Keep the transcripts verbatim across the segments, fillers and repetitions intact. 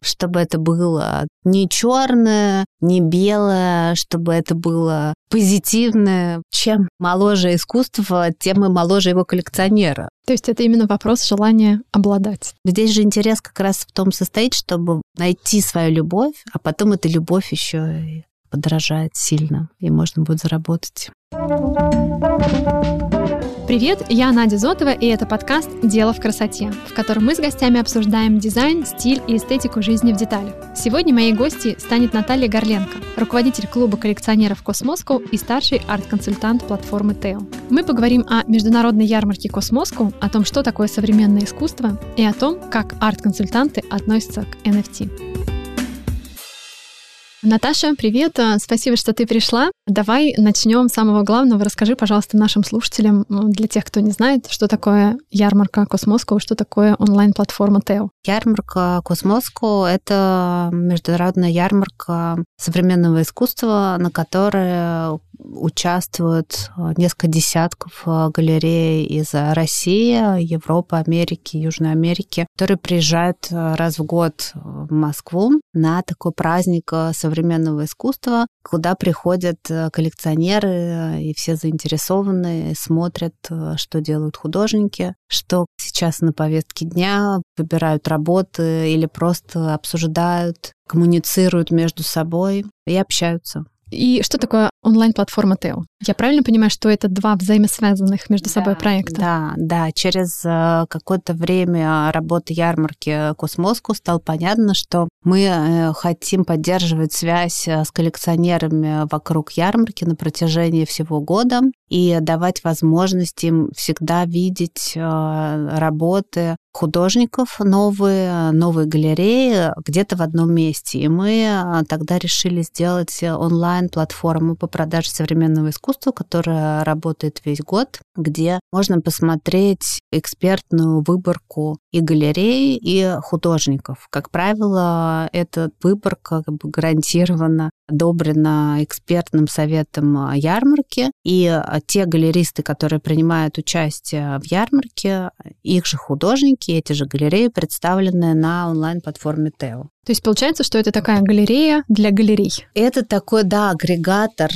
чтобы это было не черное, не белое, чтобы это было позитивное. Чем моложе искусство, тем и моложе его коллекционера. То есть это именно вопрос желания обладать. Здесь же интерес как раз в том состоит, чтобы найти свою любовь, а потом эта любовь еще и подорожает сильно, и можно будет заработать. Привет, я Надя Зотова, и это подкаст «Дело в красоте», в котором мы с гостями обсуждаем дизайн, стиль и эстетику жизни в деталях. Сегодня моей гостьей станет Наталья Горленко, руководитель клуба коллекционеров Cosmoscow и старший арт-консультант платформы Тео. Мы поговорим о международной ярмарке Cosmoscow, о том, что такое современное искусство, и о том, как арт-консультанты относятся к эн эф ти. Наташа, привет! Спасибо, что ты пришла. Давай начнем с самого главного. Расскажи, пожалуйста, нашим слушателям, для тех, кто не знает, что такое ярмарка Cosmoscow, что такое онлайн-платформа Тео. Ярмарка Cosmoscow — это международная ярмарка современного искусства, на которой участвуют несколько десятков галерей из России, Европы, Америки, Южной Америки, которые приезжают раз в год в Москву на такой праздник современного искусства, куда приходят коллекционеры и все заинтересованные, смотрят, что делают художники, что сейчас на повестке дня, выбирают работы или просто обсуждают, коммуницируют между собой и общаются. И что такое онлайн-платформа Тео? Я правильно понимаю, что это два взаимосвязанных между собой да, проекта? Да, да. Через какое-то время работы ярмарки Cosmoscow стало понятно, что мы хотим поддерживать связь с коллекционерами вокруг ярмарки на протяжении всего года и давать возможность им всегда видеть работы художников, новые, новые галереи где-то в одном месте. И мы тогда решили сделать онлайн-платформу по продаже современного искусства, которая работает весь год, где можно посмотреть экспертную выборку и галерей, и художников. Как правило, эта выборка как бы гарантированно одобрена экспертным советом ярмарки, и те галеристы, которые принимают участие в ярмарке, их же художники, эти же галереи представлены на онлайн-платформе Тео. То есть получается, что это такая галерея для галерей? Это такой, да, агрегатор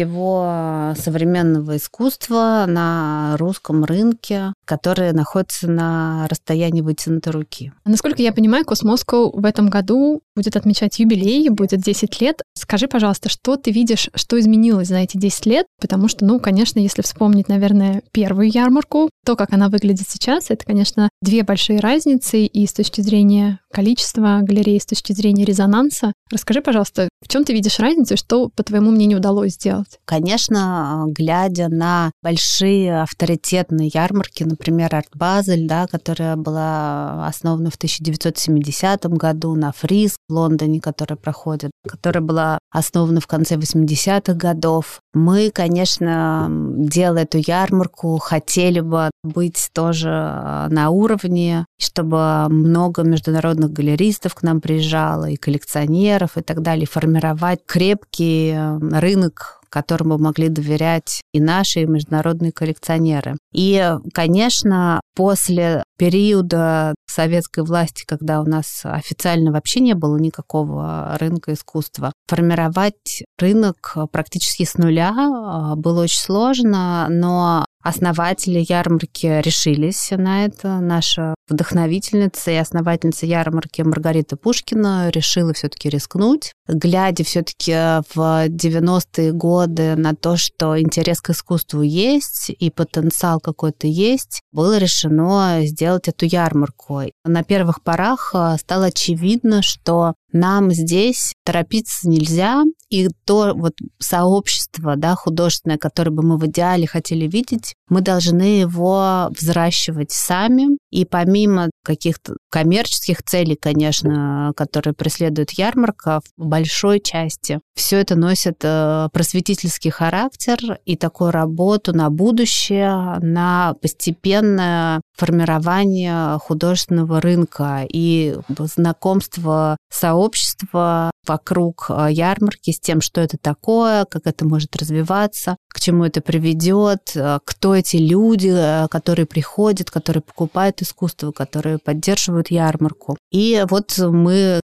всего современного искусства на русском рынке, который находится на расстоянии вытянутой руки. Насколько я понимаю, Cosmoscow в этом году будет отмечать юбилей, будет десять лет. Скажи, пожалуйста, что ты видишь, что изменилось за эти десять лет? Потому что, ну, конечно, если вспомнить, наверное, первую ярмарку, то, как она выглядит сейчас, это, конечно, две большие разницы и с точки зрения количества галерей, с точки зрения резонанса. Расскажи, пожалуйста, в чем ты видишь разницу и что, по твоему мнению, удалось сделать? Конечно, глядя на большие авторитетные ярмарки, например, Арт Базель, да, которая была основана в тысяча девятьсот семидесятом году, на Фриз в Лондоне, которая проходит, которая была основана в конце восьмидесятых годов. Мы, конечно, делая эту ярмарку, хотели бы быть тоже на уровне, чтобы много международных галеристов к нам приезжало, и коллекционеров, и так далее, формировать крепкий рынок, которому могли доверять и наши, и международные коллекционеры. И, конечно, после периода советской власти, когда у нас официально вообще не было никакого рынка искусства, формировать рынок практически с нуля было очень сложно, но основатели ярмарки решились на это. Наша вдохновительница и основательница ярмарки Маргарита Пушкина решила все-таки рискнуть, глядя все-таки в девяностые годы на то, что интерес к искусству есть и потенциал какой-то есть, было решено сделать эту ярмарку. На первых порах стало очевидно, что нам здесь торопиться нельзя, и то вот сообщество, да, художественное, которое бы мы в идеале хотели видеть, мы должны его взращивать сами. И помимо каких-то коммерческих целей, конечно, которые преследует ярмарка, в большой части все это носит просветительский характер и такую работу на будущее, на постепенное формирование художественного рынка и знакомство сообщества вокруг ярмарки с тем, что это такое, как это может развиваться, к чему это приведет, кто эти люди, которые приходят, которые покупают искусство, которые поддерживают ярмарку. И вот мы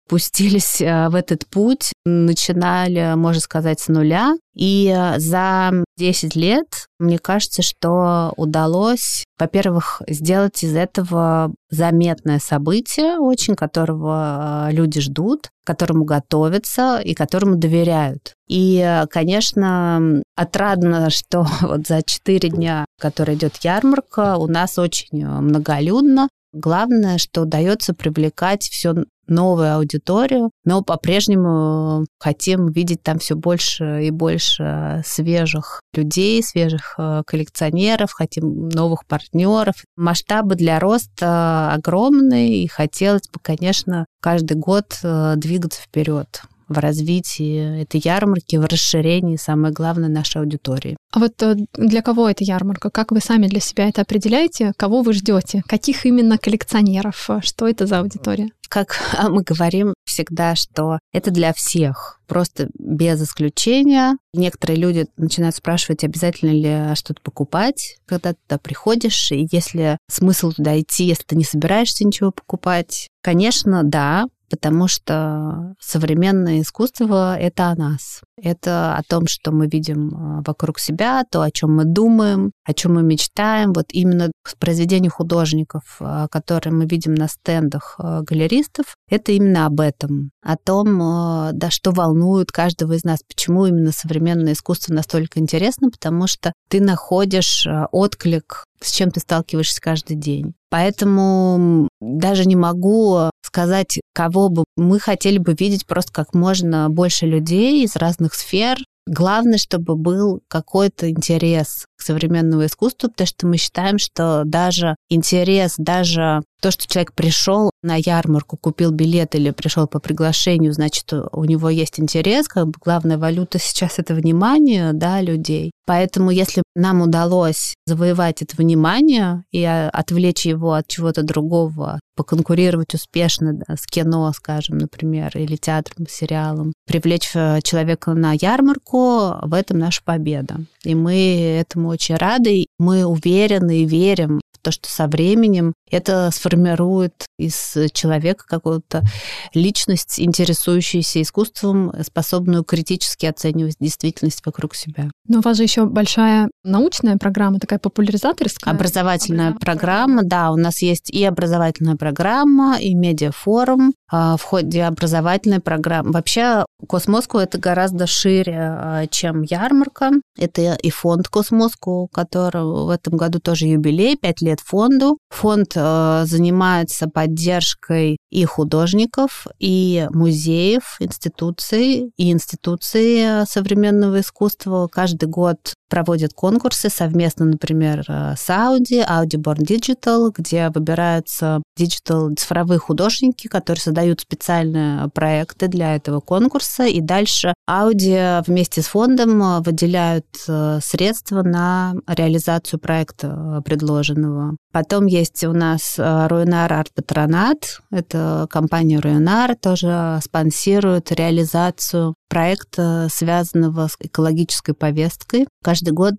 пустились в этот путь, начинали, можно сказать, с нуля. И за десять лет, мне кажется, что удалось, во-первых, сделать из этого заметное событие, очень которого люди ждут, к которому готовятся и которому доверяют. И, конечно, отрадно, что вот за четыре дня, которые идет ярмарка, у нас очень многолюдно. Главное, что удается привлекать все новую аудиторию, но по-прежнему хотим видеть там все больше и больше свежих людей, свежих коллекционеров, хотим новых партнеров. Масштабы для роста огромные, и хотелось бы, конечно, каждый год двигаться вперед в развитии этой ярмарки, в расширении, самое главное, нашей аудитории. А вот для кого эта ярмарка? Как вы сами для себя это определяете? Кого вы ждете? Каких именно коллекционеров? Что это за аудитория? Как мы говорим всегда, что это для всех, просто без исключения. Некоторые люди начинают спрашивать, обязательно ли что-то покупать, когда ты туда приходишь, и есть ли смысл туда идти, если ты не собираешься ничего покупать. Конечно, да, потому что современное искусство — это о нас. Это о том, что мы видим вокруг себя, то, о чем мы думаем, о чем мы мечтаем. Вот именно произведения художников, которые мы видим на стендах галеристов, это именно об этом. О том, да, что волнует каждого из нас. Почему именно современное искусство настолько интересно? Потому что ты находишь отклик, с чем ты сталкиваешься каждый день. Поэтому даже не могу сказать, кого бы мы хотели бы видеть, просто как можно больше людей из разных сфер. Главное, чтобы был какой-то интерес к современному искусству, потому что мы считаем, что даже интерес, даже то, что человек пришел на ярмарку, купил билет или пришел по приглашению, значит, у него есть интерес. Как бы главная валюта сейчас — это внимание, да, людей. Поэтому если нам удалось завоевать это внимание и отвлечь его от чего-то другого, поконкурировать успешно, да, с кино, скажем, например, или театром, сериалом, привлечь человека на ярмарку, в этом наша победа. И мы этому очень рады. Мы уверены и верим в то, что со временем это сформирует из человека какую-то личность, интересующуюся искусством, способную критически оценивать действительность вокруг себя. Но у вас же еще большая научная программа, такая популяризаторская. Образовательная программа, да, у нас есть и образовательная программа, и медиафорум. В ходе образовательной программы. Вообще, Космоску — это гораздо шире, чем ярмарка. Это и фонд Космоску, у которого в этом году тоже юбилей, пять лет фонду. Фонд занимается поддержкой и художников, и музеев, институций, и институций современного искусства. Каждый год проводят конкурсы совместно, например, с Audi, Audi Born Digital, где выбираются диджитал цифровые художники, которые создают специальные проекты для этого конкурса, и дальше Audi вместе с фондом выделяют средства на реализацию проекта предложенного. Потом есть у нас Руинар Арт-Патронат, это компания Руинар, тоже спонсирует реализацию проекта, связанного с экологической повесткой. Каждый год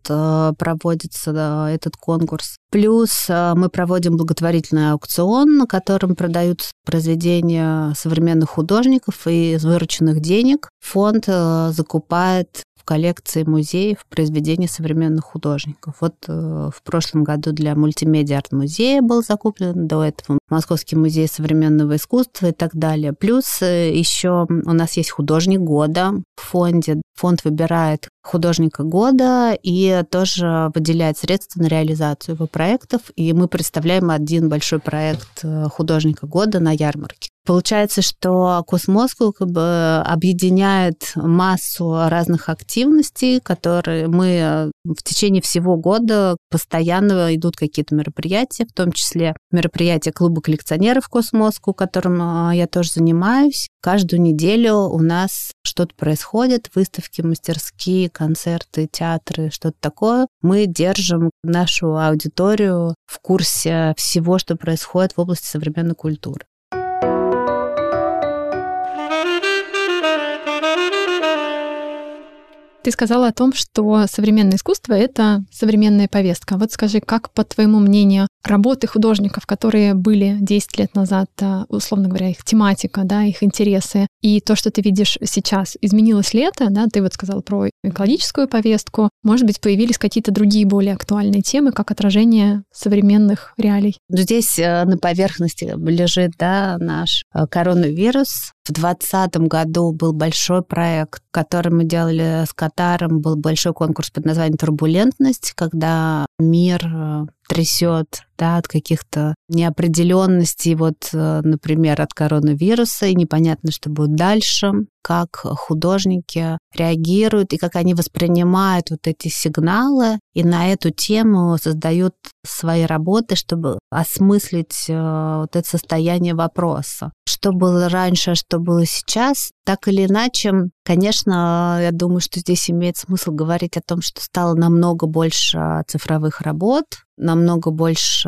проводится этот конкурс. Плюс мы проводим благотворительный аукцион, на котором продаются произведения современных художников, и из вырученных денег фонд закупает в коллекции музеев произведения современных художников. Вот в прошлом году для мультимедиа арт-музея был закуплен, до этого Московский музей современного искусства и так далее. Плюс еще у нас есть художник года в фонде. Фонд выбирает художника года и тоже выделяет средства на реализацию его проектов. И мы представляем один большой проект художника года на ярмарке. Получается, что Космоску как бы объединяет массу разных активностей, которые мы в течение всего года постоянно идут какие-то мероприятия, в том числе мероприятия клуба коллекционеров Космоску, которым я тоже занимаюсь. Каждую неделю у нас что-то происходит, выставки, мастерские, концерты, театры, что-то такое. Мы держим нашу аудиторию в курсе всего, что происходит в области современной культуры. Ты сказала о том, что современное искусство — это современная повестка. Вот скажи, как, по твоему мнению, работы художников, которые были десять лет назад, условно говоря, их тематика, да, их интересы, и то, что ты видишь сейчас, изменилось ли это? Да? Ты вот сказала про экологическую повестку. Может быть, появились какие-то другие более актуальные темы, как отражение современных реалий? Здесь на поверхности лежит, да, наш коронавирус. В двадцатом году был большой проект, который мы делали с Катаром, был большой конкурс под названием «Турбулентность», когда мир трясет, да, от каких-то неопределенностей, вот, например, от коронавируса, и непонятно, что будет дальше, как художники реагируют и как они воспринимают вот эти сигналы, и на эту тему создают свои работы, чтобы осмыслить вот это состояние вопроса. Что было раньше, а что было сейчас, так или иначе, конечно, я думаю, что здесь имеет смысл говорить о том, что стало намного больше цифровых работ, намного больше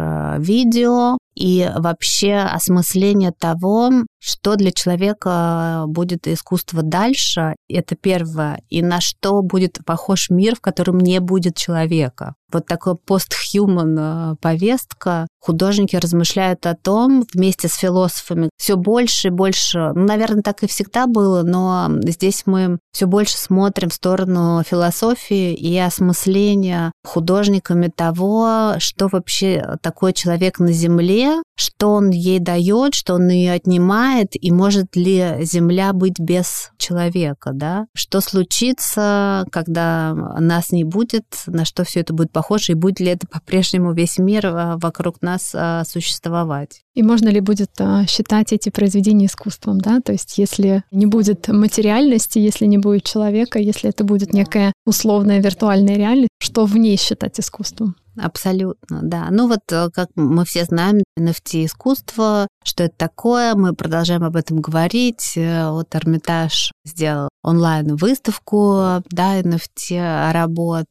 видео и вообще осмысление того, что для человека будет искусство дальше, это первое, и на что будет похож мир, в котором не будет человека. Вот такая постхьюман повестка. Художники размышляют о том вместе с философами все больше и больше, ну, наверное, так и всегда было, но здесь мы все больше смотрим в сторону философии и осмысления художниками того, что вообще такой человек на Земле, что он ей дает, что он ее отнимает, и может ли Земля быть без человека, да? Что случится, когда нас не будет, на что все это будет похоже, и будет ли это по-прежнему весь мир вокруг нас существовать? И можно ли будет считать эти произведения искусством, да? То есть если не будет материальности, если не будет человека, если это будет некая условная виртуальная реальность, что в ней считать искусством? Абсолютно, да. Ну вот, как мы все знаем, эн эф ти-искусство, что это такое, мы продолжаем об этом говорить. Вот Эрмитаж сделал онлайн-выставку, да, эн эф ти-работ,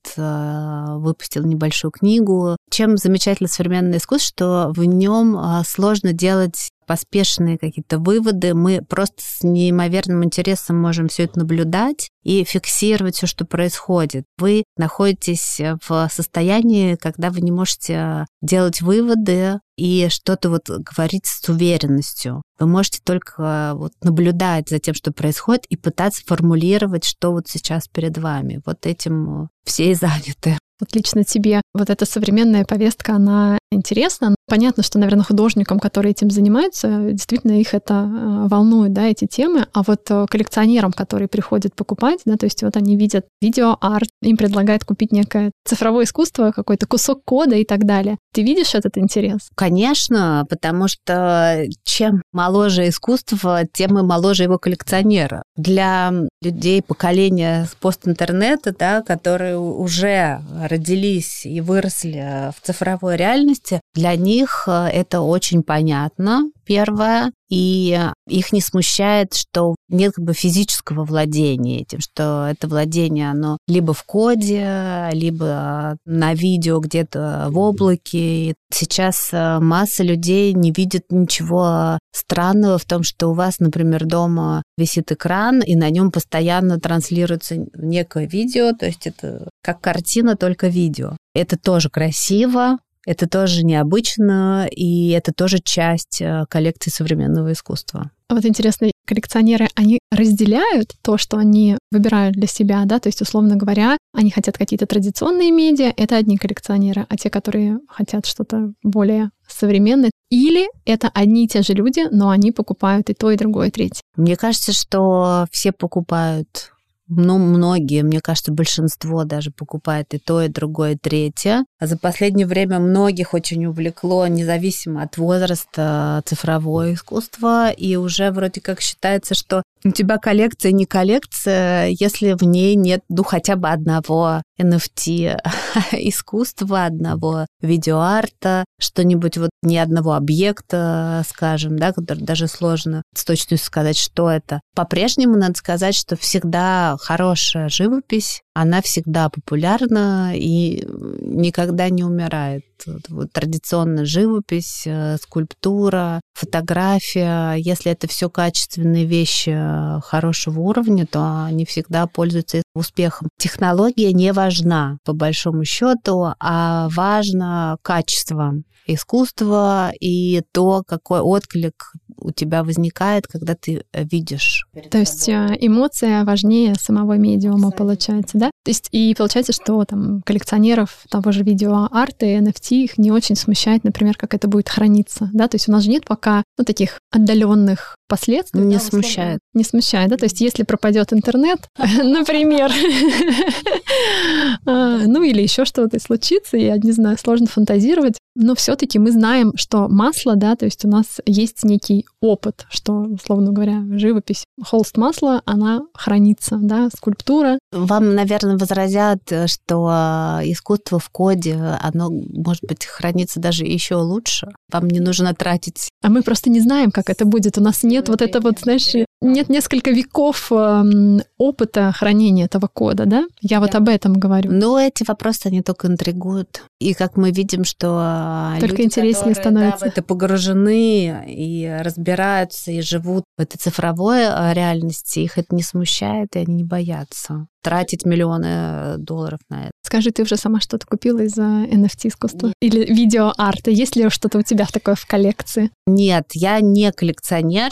выпустил небольшую книгу. Чем замечательно современное искусство, что в нем сложно делать поспешные какие-то выводы, мы просто с неимоверным интересом можем все это наблюдать и фиксировать все, что происходит. Вы находитесь в состоянии, когда вы не можете делать выводы и что-то вот говорить с уверенностью. Вы можете только вот наблюдать за тем, что происходит, и пытаться формулировать, что вот сейчас перед вами. Вот этим все и заняты. Вот лично тебе вот эта современная повестка, она интересна. Понятно, что, наверное, художникам, которые этим занимаются, действительно их это волнует, да, эти темы. А вот коллекционерам, которые приходят покупать, да, то есть вот они видят видео-арт, им предлагают купить некое цифровое искусство, какой-то кусок кода и так далее. Ты видишь этот интерес? Конечно, потому что чем моложе искусство, тем и моложе его коллекционера. Для людей поколения постинтернета, да, которые уже родились и выросли в цифровой реальности, для них это очень понятно, первое, и их не смущает, что нет как бы физического владения этим, что это владение, оно либо в коде, либо на видео где-то в облаке. Сейчас масса людей не видит ничего странного в том, что у вас, например, дома висит экран, и на нем постоянно транслируется некое видео, то есть это как картина, только видео. Это тоже красиво, это тоже необычно, и это тоже часть коллекции современного искусства. Вот интересно, коллекционеры, они разделяют то, что они выбирают для себя, да, то есть, условно говоря, они хотят какие-то традиционные медиа, это одни коллекционеры, а те, которые хотят что-то более современное, или это одни и те же люди, но они покупают и то, и другое, и третье? Мне кажется, что все покупают. Ну, многие, мне кажется, большинство даже покупает и то, и другое, и третье. А за последнее время многих очень увлекло, независимо от возраста, цифровое искусство, и уже вроде как считается, что у тебя коллекция не коллекция, если в ней нет, ну, хотя бы одного эн эф ти искусства, одного видеоарта, что-нибудь вот ни одного объекта, скажем, да, который даже сложно с точностью сказать, что это. По-прежнему надо сказать, что всегда хорошая живопись, она всегда популярна и никогда не умирает. Вот традиционная живопись, скульптура, фотография, если это все качественные вещи хорошего уровня, то они всегда пользуются успехом. Технология не важна, по большому счету, а важно качество искусства и то, какой отклик у тебя возникает, когда ты видишь. То есть эмоция важнее самого медиума, абсолютно, получается, да? То есть и получается, что там коллекционеров того же видеоарта и эн эф ти их не очень смущает, например, как это будет храниться, да? То есть у нас же нет пока ну, таких отдаленных последствий. Не да, смущает. Не смущает, да? То есть если пропадет интернет, например, ну или еще что-то случится, я не знаю, сложно фантазировать, но все-таки мы знаем, что масло, да, то есть у нас есть некий опыт, что, условно говоря, живопись, холст масла, она хранится, да, скульптура. Вам, наверное, возразят, что искусство в коде, оно, может быть, хранится даже еще лучше. Вам не нужно тратить. А мы просто не знаем, как это будет. У нас нет вот этого, вот, знаешь, нет несколько веков опыта хранения этого кода, да? Я вот об этом говорю. Но эти вопросы, они только интригуют. И как мы видим, что только люди, интереснее которые, становится. Да, в это погружены и разбираются, и живут в этой цифровой реальности, их это не смущает, и они не боятся тратить миллионы долларов на это. Скажи, ты уже сама что-то купила из-за эн эф ти искусства? Нет. Или видеоарта? Есть ли что-то у тебя такое в коллекции? Нет, я не коллекционер.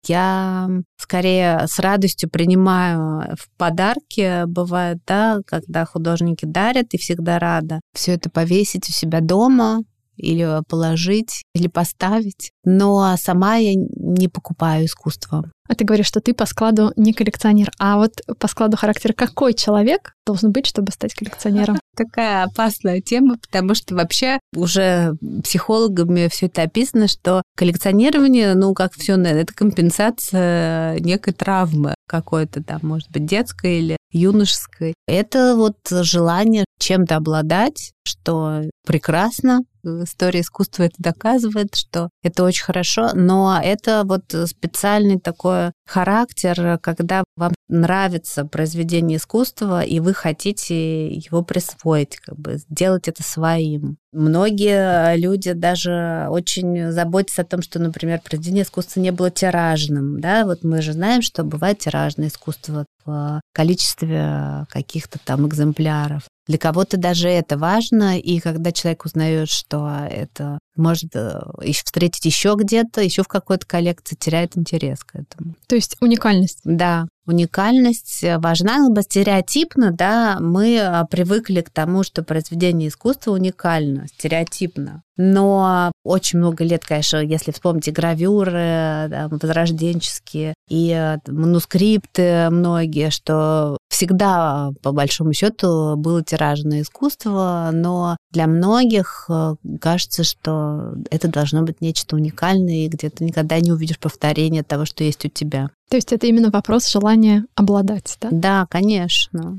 Я скорее с радостью принимаю в подарки. Бывает, да, когда художники дарят, и всегда рада все это повесить у себя дома или положить, или поставить. Но сама я не покупаю искусство. А ты говоришь, что ты по складу не коллекционер. А вот по складу характера какой человек должен быть, чтобы стать коллекционером? Такая опасная тема, потому что вообще уже психологами все это описано, что коллекционирование, ну, как все, это компенсация некой травмы какой-то там, может быть, детской или юношеской. Это вот желание чем-то обладать, что прекрасно. История искусства это доказывает, что это очень хорошо, но это вот специальный такой характер, когда вам нравится произведение искусства, и вы хотите его присвоить, как бы сделать это своим. Многие люди даже очень заботятся о том, что, например, произведение искусства не было тиражным. Да? Вот мы же знаем, что бывает тиражное искусство в количестве каких-то там экземпляров. Для кого-то даже это важно, и когда человек узнает, что это может встретить еще где-то, еще в какой-то коллекции, теряет интерес к этому. То есть уникальность. Да, уникальность важна, либо стереотипно, да, мы привыкли к тому, что произведение искусства уникально, стереотипно. Но очень много лет, конечно, если вспомните гравюры, да, возрожденческие и манускрипты многие, что всегда, по большому счету, было тиражное искусство, но для многих кажется, что это должно быть нечто уникальное, и где ты никогда не увидишь повторения того, что есть у тебя. То есть это именно вопрос желания обладать, да? Да, конечно.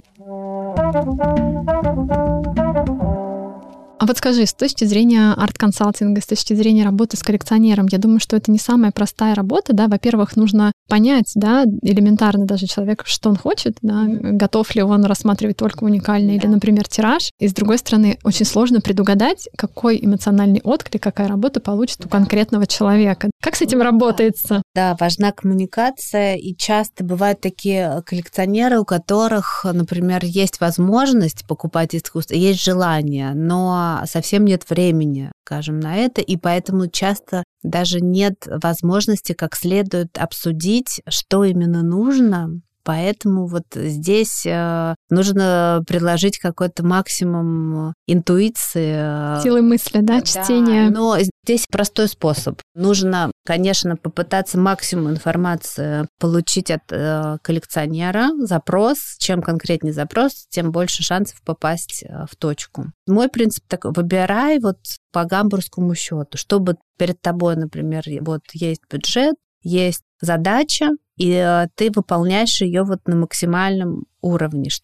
А вот скажи, с точки зрения арт-консалтинга, с точки зрения работы с коллекционером, я думаю, что это не самая простая работа, да? Во-первых, нужно понять, да, элементарно даже человек, что он хочет, да, готов ли он рассматривать только уникальный или, например, тираж. И, с другой стороны, очень сложно предугадать, какой эмоциональный отклик, какая работа получит у конкретного человека. Как с этим работается? Да, важна коммуникация, и часто бывают такие коллекционеры, у которых, например, есть возможность покупать искусство, есть желание, но совсем нет времени, скажем, на это, и поэтому часто даже нет возможности как следует обсудить, что именно нужно. Поэтому вот здесь нужно приложить какой-то максимум интуиции. Силы мысли, да, да, чтения. Но здесь простой способ. Нужно, конечно, попытаться максимум информации получить от коллекционера. Запрос. Чем конкретнее запрос, тем больше шансов попасть в точку. Мой принцип такой: выбирай вот по гамбургскому счету, чтобы перед тобой, например, вот есть бюджет, есть задача, и ты выполняешь ее вот на максимальном уровне, чтобы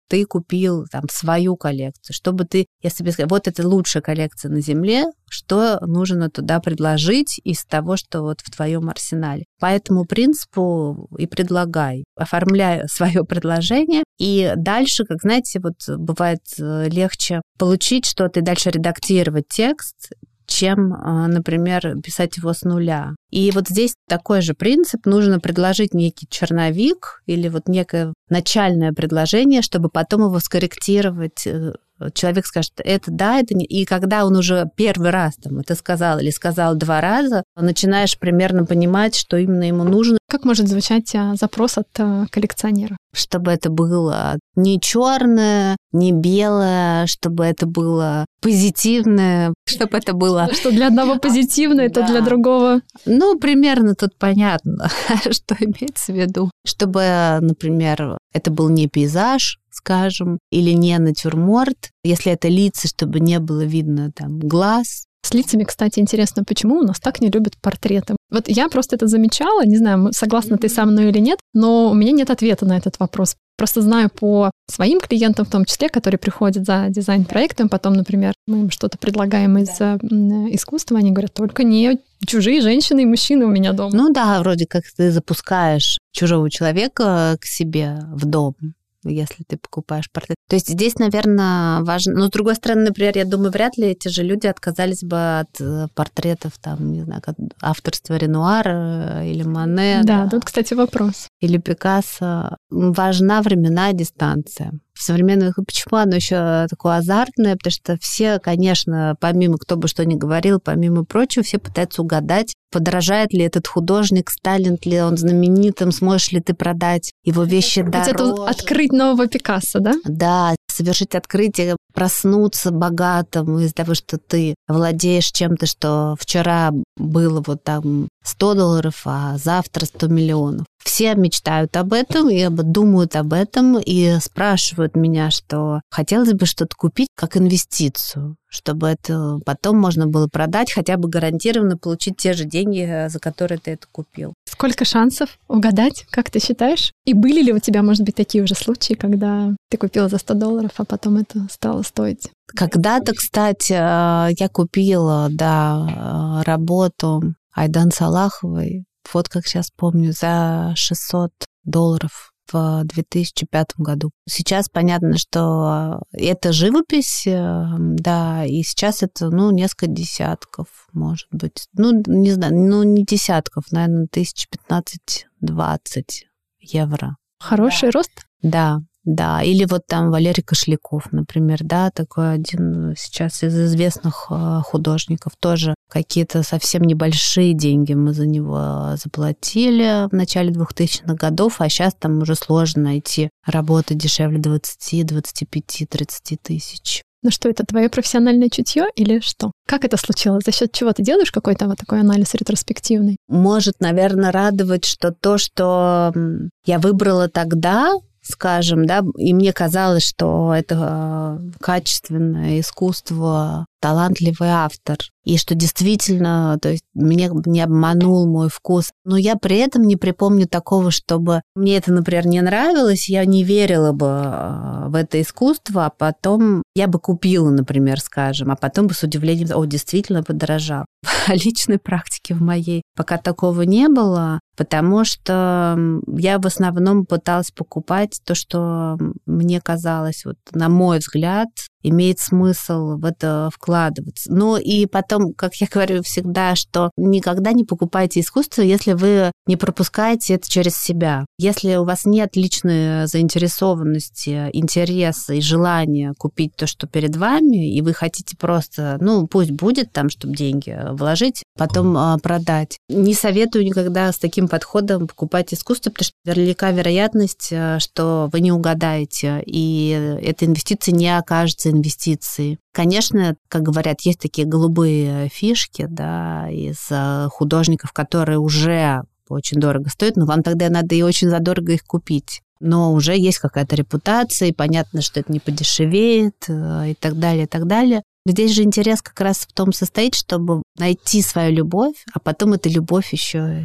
ты купил там свою коллекцию, чтобы ты, если бы сказать, вот это лучшая коллекция на Земле, что нужно туда предложить из того, что вот в твоем арсенале. По этому принципу и предлагай. Оформляй свое предложение, и дальше, как знаете, вот бывает легче получить что-то и дальше редактировать текст, чем, например, писать его с нуля. И вот здесь такой же принцип. Нужно предложить некий черновик или вот некое начальное предложение, чтобы потом его скорректировать. Человек скажет, это да, это не... И когда он уже первый раз там, это сказал или сказал два раза, начинаешь примерно понимать, что именно ему нужно. Как может звучать запрос от коллекционера? Чтобы это было не черное, не белое, чтобы это было позитивное, чтобы это было... Что для одного позитивное, то для другого... Ну, примерно тут понятно, что имеется в виду. Чтобы, например, это был не пейзаж, скажем, или не натюрморт. Если это лица, чтобы не было видно там глаз. С лицами, кстати, интересно, почему у нас так не любят портреты. Вот я просто это замечала, не знаю, согласна ты со мной или нет, но у меня нет ответа на этот вопрос. Просто знаю по своим клиентам, в том числе, которые приходят за дизайн-проектом, потом, например, мы им что-то предлагаем из да. искусства, они говорят, только не чужие женщины и мужчины у меня дома. Ну да, вроде как ты запускаешь чужого человека к себе в дом, если ты покупаешь портрет. То есть здесь, наверное, важно... Но, с другой стороны, например, я думаю, вряд ли эти же люди отказались бы от портретов, там, не знаю, авторства Ренуара или Мане. Да, да, тут, кстати, вопрос. Или Пикассо. Важна временная дистанция. В современном... Почему оно еще такое азартное? Потому что все, конечно, помимо, кто бы что ни говорил, помимо прочего, все пытаются угадать, подорожает ли этот художник, станет ли он знаменитым, сможешь ли ты продать его вещи дороже. Это открыть нового Пикассо, да? Да, совершить открытие, проснуться богатым из-за того, что ты владеешь чем-то, что вчера было вот там сто долларов, а завтра сто миллионов. Все мечтают об этом и думают об этом и спрашивают меня, что хотелось бы что-то купить как инвестицию, чтобы это потом можно было продать, хотя бы гарантированно получить те же деньги, за которые ты это купил. Сколько шансов угадать, как ты считаешь? И были ли у тебя, может быть, такие уже случаи, когда ты купила за сто долларов, а потом это стало стоить? Когда-то, кстати, я купила, да, работу Айдан Салаховой, вот как сейчас помню, за шестьсот долларов в две тысячи пятом году. Сейчас понятно, что это живопись, да, и сейчас это, ну, несколько десятков, может быть. Ну, не знаю, ну, не десятков, наверное, тысяч пятнадцать-двадцать евро. Хороший да. рост? Да. Да, или вот там Валерий Кошляков, например, да, такой один сейчас из известных художников, тоже какие-то совсем небольшие деньги мы за него заплатили в начале двухтысячных годов, а сейчас там уже сложно найти работы дешевле двадцати, двадцати пяти, тридцати тысяч. Ну что, это твое профессиональное чутье или что? Как это случилось? За счет чего ты делаешь какой-то вот такой анализ ретроспективный? Может, наверное, радовать, что то, что я выбрала тогда, скажем, да, и мне казалось, что это качественное искусство, талантливый автор, и что действительно, то есть меня не обманул мой вкус. Но я при этом не припомню такого, чтобы мне это, например, не нравилось, я не верила бы в это искусство, а потом я бы купила, например, скажем, а потом бы с удивлением, о, действительно подорожал. В личной практике в моей пока такого не было, потому что я в основном пыталась покупать то, что мне казалось, вот, на мой взгляд, имеет смысл в это вкладываться. Ну и потом, как я говорю всегда, что никогда не покупайте искусство, если вы не пропускаете это через себя. Если у вас нет личной заинтересованности, интереса и желания купить то, что перед вами, и вы хотите просто, ну, пусть будет там, чтобы деньги вложить, потом а, продать. Не советую никогда с таким подходом покупать искусство, потому что велика вероятность, что вы не угадаете, и эта инвестиция не окажется инвестицией. Конечно, как говорят, есть такие голубые фишки, да, из художников, которые уже очень дорого стоят, но вам тогда надо и очень задорого их купить. Но уже есть какая-то репутация, и понятно, что это не подешевеет, и так далее, и так далее. Здесь же интерес как раз в том состоит, чтобы найти свою любовь, а потом эту любовь еще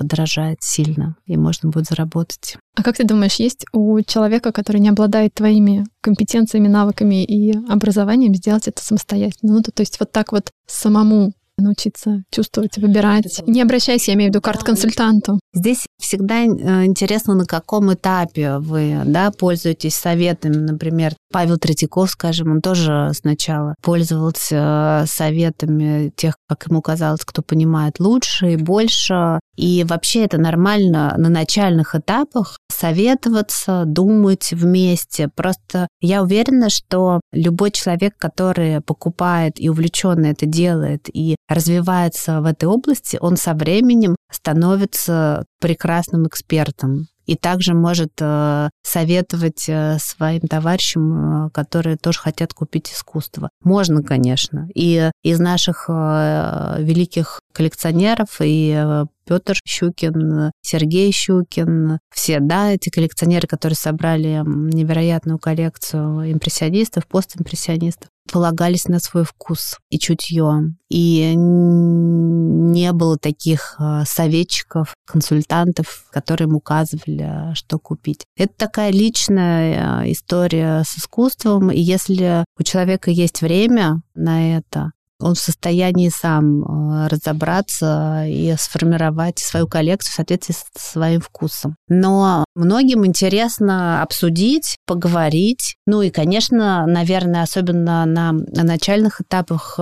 подорожает сильно, и можно будет заработать. А как ты думаешь, есть у человека, который не обладает твоими компетенциями, навыками и образованием, сделать это самостоятельно? Ну, то, то есть вот так вот самому научиться чувствовать, выбирать, не обращаясь, я имею в виду, к арт-консультанту? Здесь всегда интересно, на каком этапе вы, да, пользуетесь советами. Например, Павел Третьяков, скажем, он тоже сначала пользовался советами тех, как ему казалось, кто понимает лучше и больше. И вообще это нормально на начальных этапах советоваться, думать вместе. Просто я уверена, что любой человек, который покупает и увлеченно это делает, и развивается в этой области, он со временем становится прекрасным экспертом. И также может э, советовать э, своим товарищам, э, которые тоже хотят купить искусство. Можно, конечно. И из наших э, великих коллекционеров и э, Петр Щукин, Сергей Щукин, все, да, эти коллекционеры, которые собрали невероятную коллекцию импрессионистов, постимпрессионистов, полагались на свой вкус и чутье. И не было таких советчиков, консультантов, которые им указывали, что купить. Это такая личная история с искусством, и если у человека есть время на это, он в состоянии сам разобраться и сформировать свою коллекцию в соответствии со своим вкусом. Но многим интересно обсудить, поговорить. Ну и, конечно, наверное, особенно на, на начальных этапах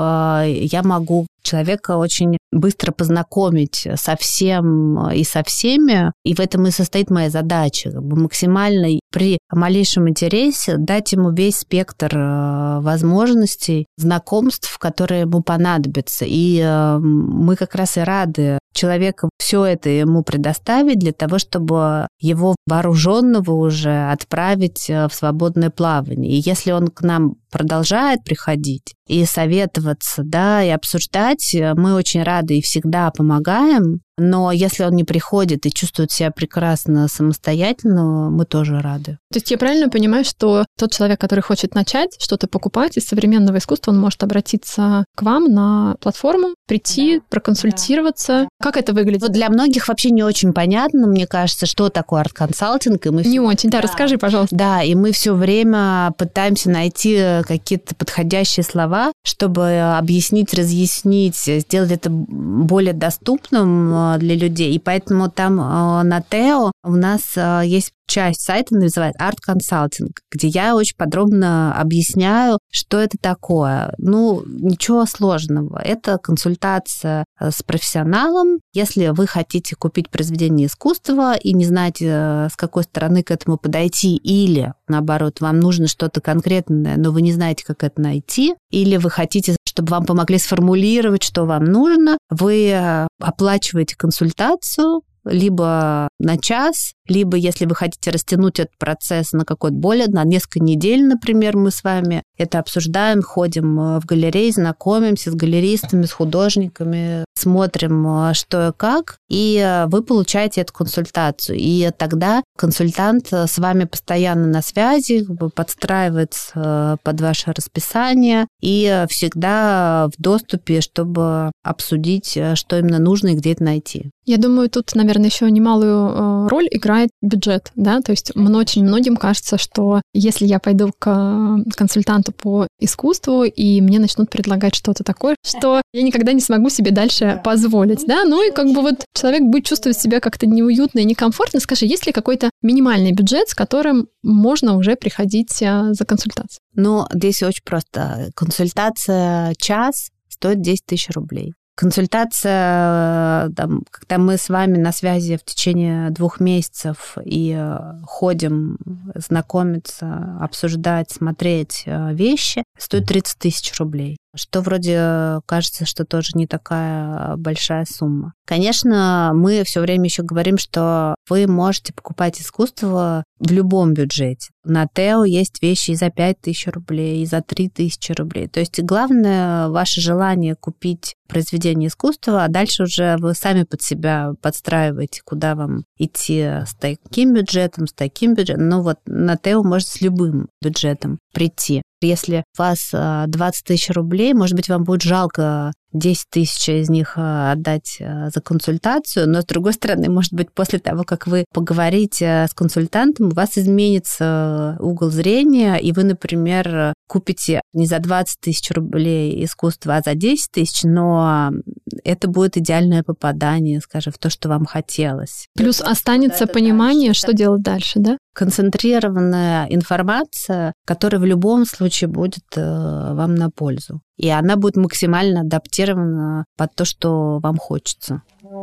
я могу человека очень быстро познакомить со всем и со всеми, и в этом и состоит моя задача, как бы максимально при малейшем интересе дать ему весь спектр возможностей, знакомств, которые ему понадобятся. И мы как раз и рады человеку все это ему предоставить для того, чтобы его вооруженного уже отправить в свободное плавание. И если он к нам продолжает приходить и советоваться, да, и обсуждать, мы очень рады и всегда помогаем. Но если он не приходит и чувствует себя прекрасно самостоятельно, мы тоже рады. То есть я правильно понимаю, что тот человек, который хочет начать что-то покупать из современного искусства, он может обратиться к вам на платформу, прийти, да, проконсультироваться. Да. Как это выглядит? Вот для многих вообще не очень понятно, мне кажется, что такое арт-консалтинг. И мы не все... очень, да, да, расскажи, пожалуйста. Да, и мы все время пытаемся найти какие-то подходящие слова, чтобы объяснить, разъяснить, сделать это более доступным для людей. И поэтому там на Тео у нас есть часть сайта, называется арт-консалтинг, где я очень подробно объясняю, что это такое. Ну, ничего сложного. Это консультация с профессионалом. Если вы хотите купить произведение искусства и не знаете, с какой стороны к этому подойти, или, наоборот, вам нужно что-то конкретное, но вы не знаете, как это найти, или вы хотите, чтобы вам помогли сформулировать, что вам нужно, вы оплачиваете консультацию, либо на час, либо, если вы хотите растянуть этот процесс на какой-то более, на несколько недель, например, мы с вами это обсуждаем, ходим в галереи, знакомимся с галеристами, с художниками, смотрим, что и как, и вы получаете эту консультацию. И тогда консультант с вами постоянно на связи, подстраивается под ваше расписание и всегда в доступе, чтобы обсудить, что именно нужно и где это найти. Я думаю, тут, наверное, еще немалую роль играет бюджет, да, то есть очень многим кажется, что если я пойду к консультанту по искусству, и мне начнут предлагать что-то такое, что я никогда не смогу себе дальше позволить, да, ну и как бы вот человек будет чувствовать себя как-то неуютно и некомфортно. Скажи, есть ли какой-то минимальный бюджет, с которым можно уже приходить за консультацией? Ну, здесь очень просто. Консультация час стоит десять тысяч рублей. Консультация, там, когда мы с вами на связи в течение двух месяцев и ходим знакомиться, обсуждать, смотреть вещи, стоит тридцать тысяч рублей. Что вроде кажется, что тоже не такая большая сумма. Конечно, мы все время еще говорим, что вы можете покупать искусство в любом бюджете. На Тео есть вещи и за пять тысяч рублей, и за три тысячи рублей. То есть главное ваше желание купить произведение искусства, а дальше уже вы сами под себя подстраиваете, куда вам идти с таким бюджетом, с таким бюджетом. Ну вот на Тео можно с любым бюджетом прийти. Если у вас двадцать тысяч рублей, может быть, вам будет жалко десять тысяч из них отдать за консультацию, но, с другой стороны, может быть, после того, как вы поговорите с консультантом, у вас изменится угол зрения, и вы, например, купите не за двадцать тысяч рублей искусство, а за десять тысяч, но это будет идеальное попадание, скажем, в то, что вам хотелось. Плюс останется понимание, что делать дальше, да? Концентрированная информация, которая в любом случае будет вам на пользу. И она будет максимально адаптирована под то, что вам хочется.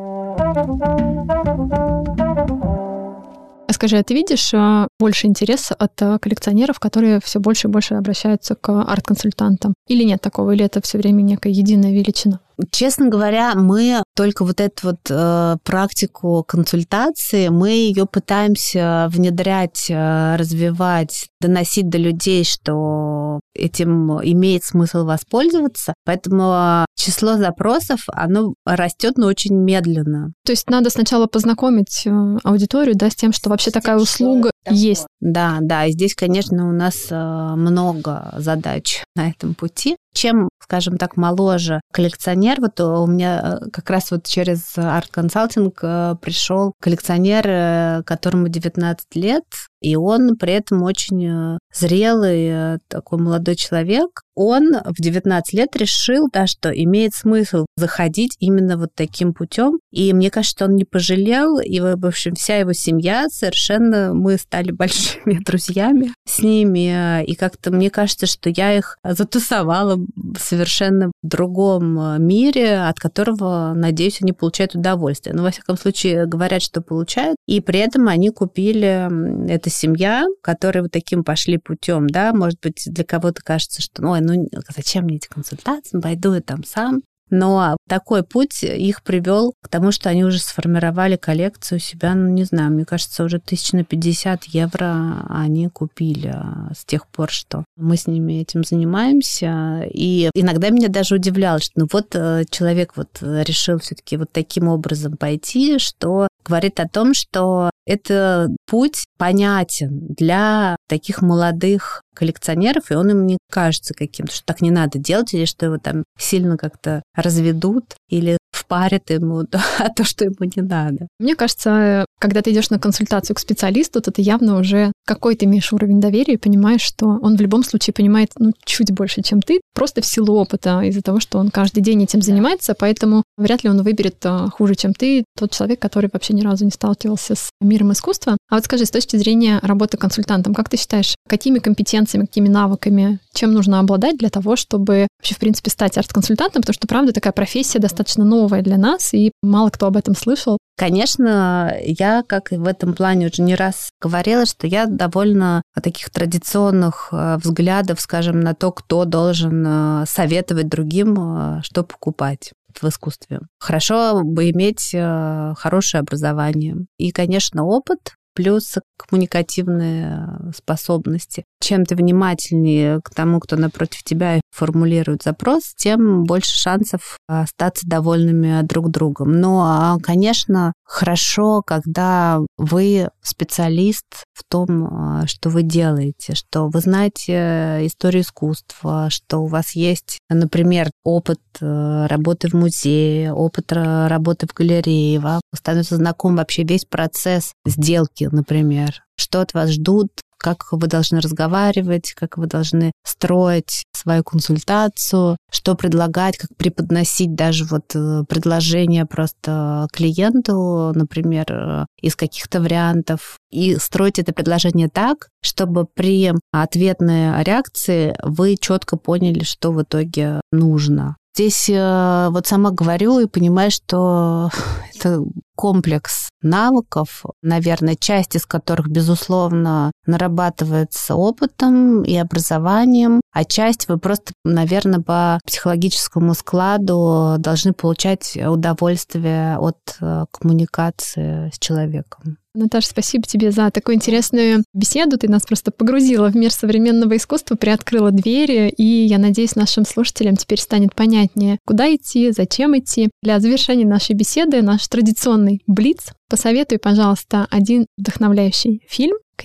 Скажи, а ты видишь больше интереса от коллекционеров, которые все больше и больше обращаются к арт-консультантам? Или нет такого? Или это все время некая единая величина? Честно говоря, мы только вот эту вот э, практику консультации, мы ее пытаемся внедрять, э, развивать, доносить до людей, что этим имеет смысл воспользоваться. Поэтому число запросов, оно растет, но очень медленно. То есть надо сначала познакомить аудиторию, да, с тем, что вообще такая услуга есть. Да, да, и здесь, конечно, у нас много задач на этом пути. Чем, скажем так, моложе коллекционер, вот у меня как раз вот через арт-консалтинг пришел коллекционер, которому девятнадцать лет, и он при этом очень зрелый такой молодой человек. Он в девятнадцать лет решил, да, что имеет смысл заходить именно вот таким путем. И мне кажется, что он не пожалел. И, в общем, вся его семья совершенно... Мы стали большими друзьями с ними. И как-то мне кажется, что я их затусовала в совершенно другом мире, от которого, надеюсь, они получают удовольствие. Но, во всяком случае, говорят, что получают. И при этом они купили... Эта семья, которые вот таким пошли путем, да, может быть, для кого-то кажется, что, ой, ну зачем мне эти консультации, пойду я там сам. Но такой путь их привел к тому, что они уже сформировали коллекцию у себя, ну, не знаю, мне кажется, уже тысяч на пятьдесят евро они купили с тех пор, что мы с ними этим занимаемся. И иногда меня даже удивляло, что ну вот человек вот решил все-таки вот таким образом пойти, что говорит о том, что это путь понятен для таких молодых коллекционеров, и он им не кажется каким-то, что так не надо делать, или что его там сильно как-то разведут, или впарят ему то, то, что ему не надо. Мне кажется, когда ты идешь на консультацию к специалисту, то ты явно уже какой-то имеешь уровень доверия и понимаешь, что он в любом случае понимает ну, чуть больше, чем ты, просто в силу опыта, из-за того, что он каждый день этим занимается, поэтому вряд ли он выберет хуже, чем ты, тот человек, который вообще ни разу не сталкивался с миром искусства. А вот скажи, с точки зрения работы консультантом, как ты считаешь, какими компетенциями, какими навыками, чем нужно обладать для того, чтобы вообще, в принципе, стать арт-консультантом, потому что, правда, такая профессия достаточно новая для нас, и мало кто об этом слышал. Конечно, я, как и в этом плане уже не раз говорила, что я довольно таких традиционных взглядов, скажем, на то, кто должен советовать другим, что покупать в искусстве. Хорошо бы иметь хорошее образование и, конечно, опыт, плюс коммуникативные способности. Чем ты внимательнее к тому, кто напротив тебя формулирует запрос, тем больше шансов остаться довольными друг другом. Но, конечно, хорошо, когда вы специалист в том, что вы делаете, что вы знаете историю искусства, что у вас есть, например, опыт работы в музее, опыт работы в галерее, вам становится знаком вообще весь процесс сделки, например, что от вас ждут, как вы должны разговаривать, как вы должны строить свою консультацию, что предлагать, как преподносить даже вот предложение просто клиенту, например, из каких-то вариантов, и строить это предложение так, чтобы при ответной реакции вы четко поняли, что в итоге нужно. Здесь вот сама говорю и понимаю, что это комплекс навыков, наверное, часть из которых, безусловно, нарабатывается опытом и образованием, а часть вы просто, наверное, по психологическому складу должны получать удовольствие от коммуникации с человеком. Наташа, спасибо тебе за такую интересную беседу. Ты нас просто погрузила в мир современного искусства, приоткрыла двери, и я надеюсь, нашим слушателям теперь станет понятнее, куда идти, зачем идти. Для завершения нашей беседы наш традиционный блиц. Посоветуй, пожалуйста, один вдохновляющий фильм, книгу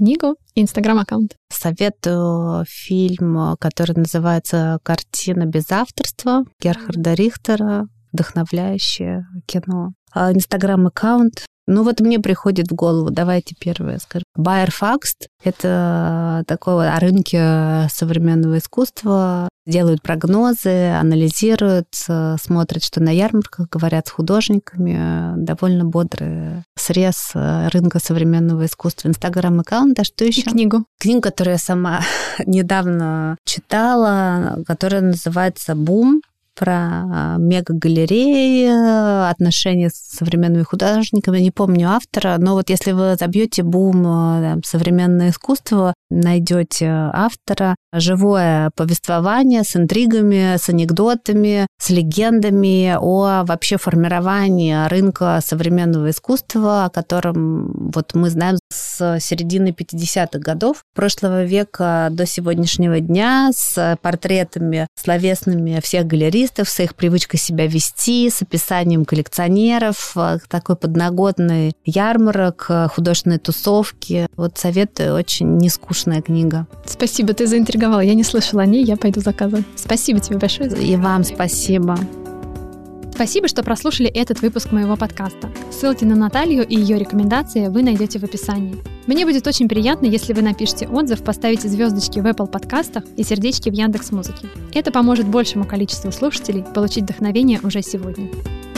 Инстаграм-аккаунт. Советую фильм, который называется «Картина без авторства» Герхарда Рихтера. Вдохновляющее кино. Инстаграм-аккаунт. Ну вот мне приходит в голову, давайте первое скажу. Байерфакст — это такое о рынке современного искусства. Делают прогнозы, анализируют, смотрят, что на ярмарках, говорят с художниками. Довольно бодрый срез рынка современного искусства. Инстаграм-аккаунт, а что еще? И книгу. Книгу, которую я сама недавно читала, которая называется «Бум», про мегагалереи, отношения с современными художниками. Не помню автора, но вот если вы забьете «Бум там, современное искусство», найдете автора. Живое повествование с интригами, с анекдотами, с легендами о вообще формировании рынка современного искусства, о котором вот мы знаем с середины пятидесятых годов прошлого века до сегодняшнего дня, с портретами словесными всех галеристов, с их привычкой себя вести, с описанием коллекционеров, такой подноготный ярмарок, художественной тусовки. Вот советую, очень нескучная книга. Спасибо, ты заинтриговала. Я не слышала о ней, я пойду заказывать. Спасибо тебе большое. И вам спасибо. Спасибо, что прослушали этот выпуск моего подкаста. Ссылки на Наталью и ее рекомендации вы найдете в описании. Мне будет очень приятно, если вы напишите отзыв, поставите звездочки в Apple подкастах и сердечки в Яндекс.Музыке. Это поможет большему количеству слушателей получить вдохновение уже сегодня.